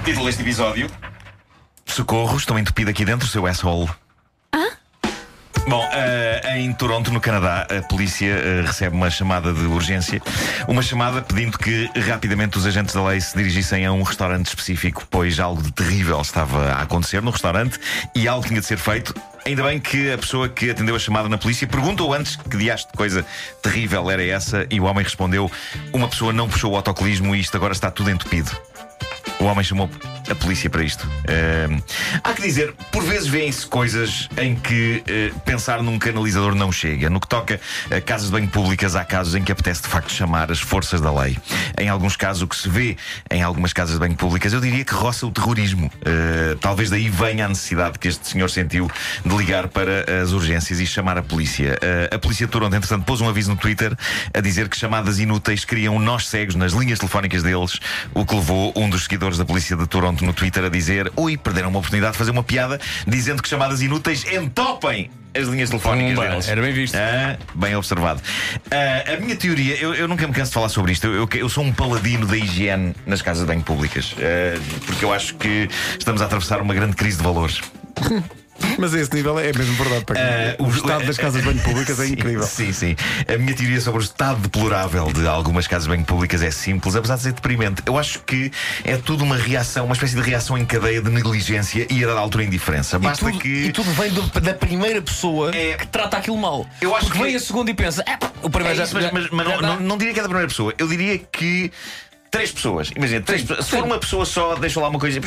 Título deste episódio: Socorro, estou entupido aqui dentro, seu asshole. Bom, em Toronto, no Canadá, a polícia recebe uma chamada de urgência. Uma chamada pedindo que rapidamente os agentes da lei se dirigissem a um restaurante específico, pois algo de terrível estava a acontecer no restaurante e algo tinha de ser feito. Ainda bem que a pessoa que atendeu a chamada na polícia perguntou antes que diacho de coisa terrível era essa, e o homem respondeu: uma pessoa não puxou o autocolismo e isto agora está tudo entupido. O homem chamou a polícia para isto. Há que dizer, por vezes vêem-se coisas em que pensar num canalizador não chega. No que toca a casas de banho públicas, há casos em que apetece de facto chamar as forças da lei. Em alguns casos, o que se vê em algumas casas de banho públicas, eu diria que roça o terrorismo. Talvez daí venha a necessidade que este senhor sentiu de ligar para as urgências e chamar a polícia. A polícia de Toronto, entretanto, pôs um aviso no Twitter a dizer que chamadas inúteis criam nós cegos nas linhas telefónicas deles, o que levou um dos seguidores da polícia de Toronto no Twitter a dizer: ui, perderam uma oportunidade de fazer uma piada dizendo que chamadas inúteis entopem as linhas telefónicas deles. Era bem visto. Bem observado. A minha teoria, eu nunca me canso de falar sobre isto. Eu sou um paladino da higiene nas casas de banho públicas, porque eu acho que estamos a atravessar uma grande crise de valores. Mas a esse nível é mesmo verdade. O estado das casas de banho públicas é incrível. Sim. A minha teoria sobre o estado deplorável de algumas casas de banho públicas é simples, apesar de ser deprimente. Eu acho que é tudo uma reação, uma espécie de reação em cadeia de negligência e a dada altura indiferença. Basta E tudo vem da primeira pessoa que trata aquilo mal. Eu acho porque que vem a segunda e pensa: o primeiro mas não diria que é da primeira pessoa. Eu diria que 3 pessoas. Imagina, se for uma pessoa só, deixa lá uma coisa.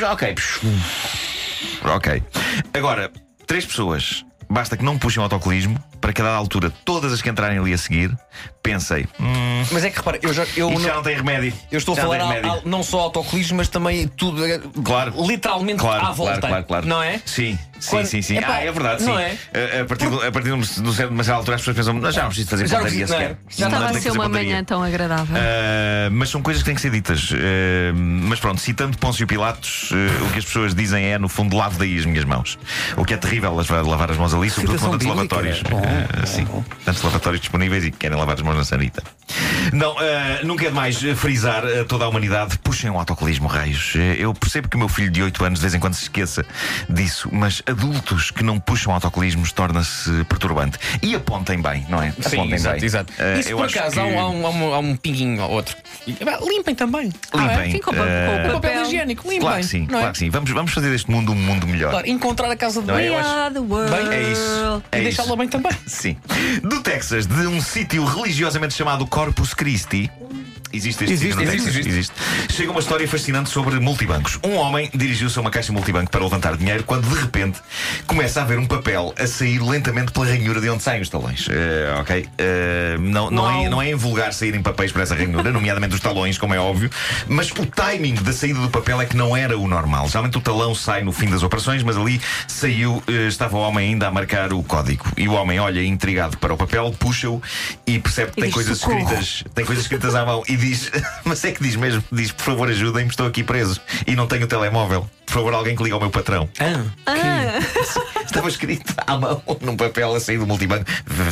Ok. Agora, 3 pessoas. Basta que não puxem o autocolismo para que a dada altura todas as que entrarem ali a seguir pensem: mas é que repara, eu já não tem remédio. Eu estou a falar não só autocolismo, mas também tudo, literalmente à volta. Claro. Não é? Sim. É verdade, não sim. É? A partir de uma certa altura as pessoas pensam: já não preciso fazer pontaria sequer. Estava a ser uma manhã tão agradável. Mas são coisas que têm que ser ditas. Mas pronto, citando Pôncio Pilatos, o que as pessoas dizem é, no fundo, lavo daí as minhas mãos. O que é terrível lavar as mãos ali, sobretudo com tantos lavatórios. Sim, tantos lavatórios disponíveis e querem lavar as mãos na sanita. Não, nunca é demais frisar a toda a humanidade: puxem o autocolismo, raios. Eu percebo que o meu filho de 8 anos de vez em quando se esqueça disso, mas adultos que não puxam autocolismos torna-se perturbante. E apontem bem, não é? Sim, apontem bem. Exato. E se por acaso há um pinguinho ou outro, limpem também. Limpem. Sim, com papel higiênico, limpem. Claro que sim, claro que sim. Vamos fazer deste mundo um mundo melhor. Claro, encontrar a casa de banho É isso. e deixá-la bem também. Sim. Do Texas, de um sítio religiosamente chamado Corpus Christi. Existe este sítio no Texas? Existe. Chega uma história fascinante sobre multibancos. Um homem dirigiu-se a uma caixa multibanco para levantar dinheiro quando, de repente, começa a ver um papel a sair lentamente pela ranhura de onde saem os talões. Ok? Não é invulgar saírem papéis por essa ranhura, nomeadamente os talões, como é óbvio, mas o timing da saída do papel é que não era o normal. Geralmente o talão sai no fim das operações, mas ali saiu, estava o homem ainda a marcar o código. E o homem olha intrigado para o papel, puxa-o e percebe que tem coisas escritas à mão e diz, mas é que diz mesmo, diz: por favor ajudem-me, estou aqui preso e não tenho o telemóvel, por favor alguém que ligue ao meu patrão. Estava escrito à mão num papel a sair do multibanco.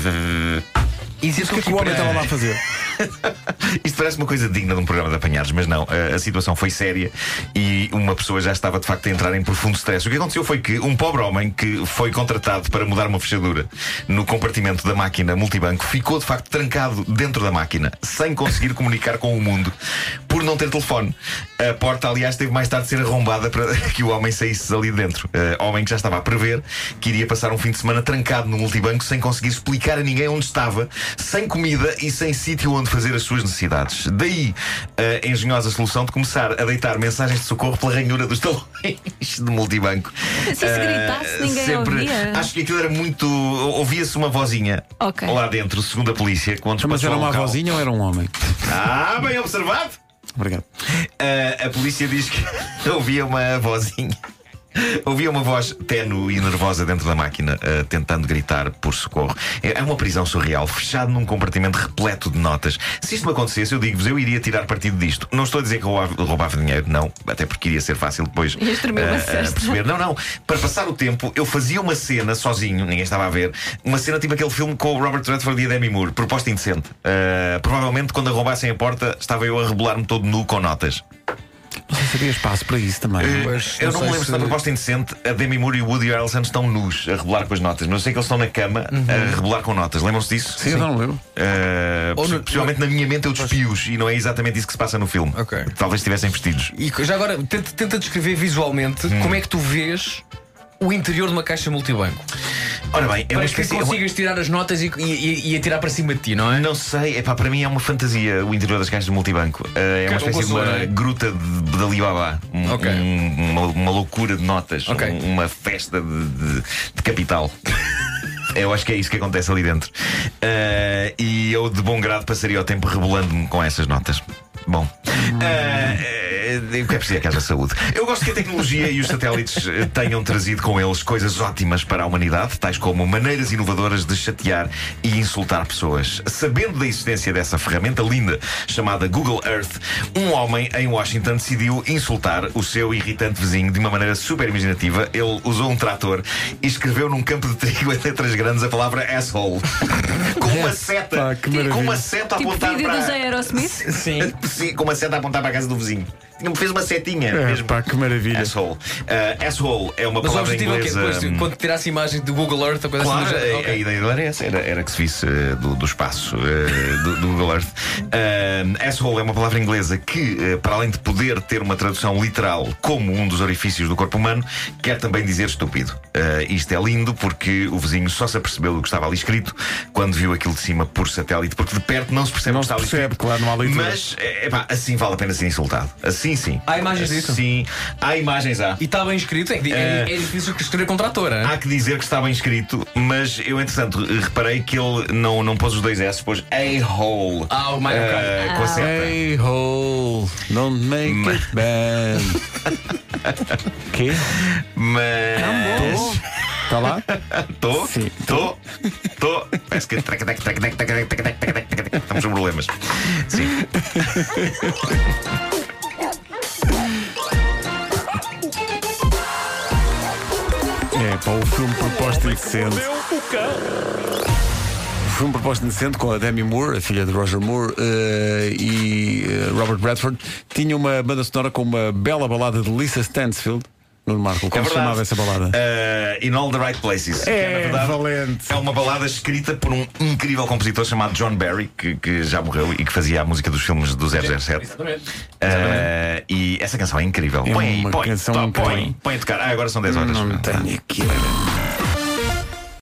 E o que é que o homem estava lá a fazer? Isto parece uma coisa digna de um programa de apanhados, mas não, a situação foi séria e uma pessoa já estava de facto a entrar em profundo stress. O que aconteceu foi que um pobre homem que foi contratado para mudar uma fechadura no compartimento da máquina multibanco ficou de facto trancado dentro da máquina, sem conseguir comunicar com o mundo, por não ter telefone. A porta, aliás, teve mais tarde de ser arrombada para que o homem saísse ali dentro. Homem que já estava a prever que iria passar um fim de semana trancado no multibanco sem conseguir explicar a ninguém onde estava, sem comida e sem sítio onde fazer as suas necessidades. Daí a engenhosa solução de começar a deitar mensagens de socorro pela ranhura dos talões de multibanco. Se gritasse, ninguém ouvia. Acho que aquilo era muito... Ouvia-se uma vozinha lá dentro, segundo a polícia, quando mas era uma vozinha ou era um homem? Bem observado. Obrigado. A polícia diz que ouvia uma vozinha. Ouvia uma voz ténue e nervosa dentro da máquina, tentando gritar por socorro. É uma prisão surreal, fechado num compartimento repleto de notas. Se isto me acontecesse, eu digo-vos, eu iria tirar partido disto. Não estou a dizer que roubava dinheiro, não, até porque iria ser fácil depois perceber. Não. Para passar o tempo, eu fazia uma cena sozinho, ninguém estava a ver. Uma cena tipo aquele filme com o Robert Redford e a Demi Moore, Proposta Indecente. Provavelmente, quando arrombassem a porta, estava eu a rebolar-me todo nu com notas. havia espaço para isso também. Eu não me lembro se na proposta indecente a Demi Moore e o Woody Harrelson estão nus a rebolar com as notas. Mas eu sei que eles estão na cama a rebolar com notas. Lembram-se disso? Sim, eu não lembro. Possivelmente na minha mente eu despios e não é exatamente isso que se passa no filme. Talvez estivessem vestidos. E já agora, tenta descrever visualmente como é que tu vês o interior de uma caixa multibanco. Ora bem, é uma espécie... que consigas tirar as notas e atirar para cima de ti, não é? Não sei, para mim é uma fantasia o interior das caixas de multibanco. É uma espécie de uma gruta de Alibaba. Uma loucura de notas. Uma festa de capital. Eu acho que é isso que acontece ali dentro. E eu de bom grado passaria o tempo rebolando-me com essas notas. Bom, o que é preciso é que haja saúde. Eu gosto que a tecnologia e os satélites tenham trazido com eles coisas ótimas para a humanidade, tais como maneiras inovadoras de chatear e insultar pessoas. Sabendo da existência dessa ferramenta linda chamada Google Earth, um homem em Washington decidiu insultar o seu irritante vizinho de uma maneira super imaginativa. Ele usou um trator e escreveu num campo de trigo em letras grandes a palavra asshole. Com uma seta. Com uma seta a apontar vídeo para... dos Aerosmith? Sim. Sim, com uma seta a apontar para a casa do vizinho. Fez uma setinha mesmo. Pá, que maravilha. Asshole. Asshole é uma palavra inglesa. Mas quando tirasse imagens do Google Earth, a coisa claro, assim. A ideia era essa, era que se visse do espaço do Google Earth. Asshole é uma palavra inglesa que, para além de poder ter uma tradução literal como um dos orifícios do corpo humano, quer também dizer estúpido. Isto é lindo porque o vizinho só se apercebeu do que estava ali escrito quando viu aquilo de cima por satélite, porque de perto não se percebe o que está ali escrito. Claro, não há leitura. Mas, assim vale a pena ser insultado. Assim sim. Há imagens disso? Sim, há imagens, há. E está bem escrito? É difícil escrever com trator, Há que dizer que está bem escrito, mas eu, entretanto, reparei que ele não pôs os dois S, pôs a-hole. O Mario Kart. Com a seta. A-hole, don't make it bad. Quê? Mas... Está lá? Estou? Sim. Estou? Parece que... Estamos com problemas. Sim. O filme Proposta Indecente. O filme Proposta Indecente com a Demi Moore, a filha de Roger Moore, e Robert Redford, tinha uma banda sonora com uma bela balada de Lisa Stansfield. No Marco, como se chamava essa balada? In All the Right Places. É, na verdade, valente. É uma balada escrita por um incrível compositor chamado John Barry, que já morreu e que fazia a música dos filmes do 007. Exatamente. E essa canção é incrível. É Põe uma canção incrível. Põe a tocar. Agora são 10 horas. Não tenho aqui.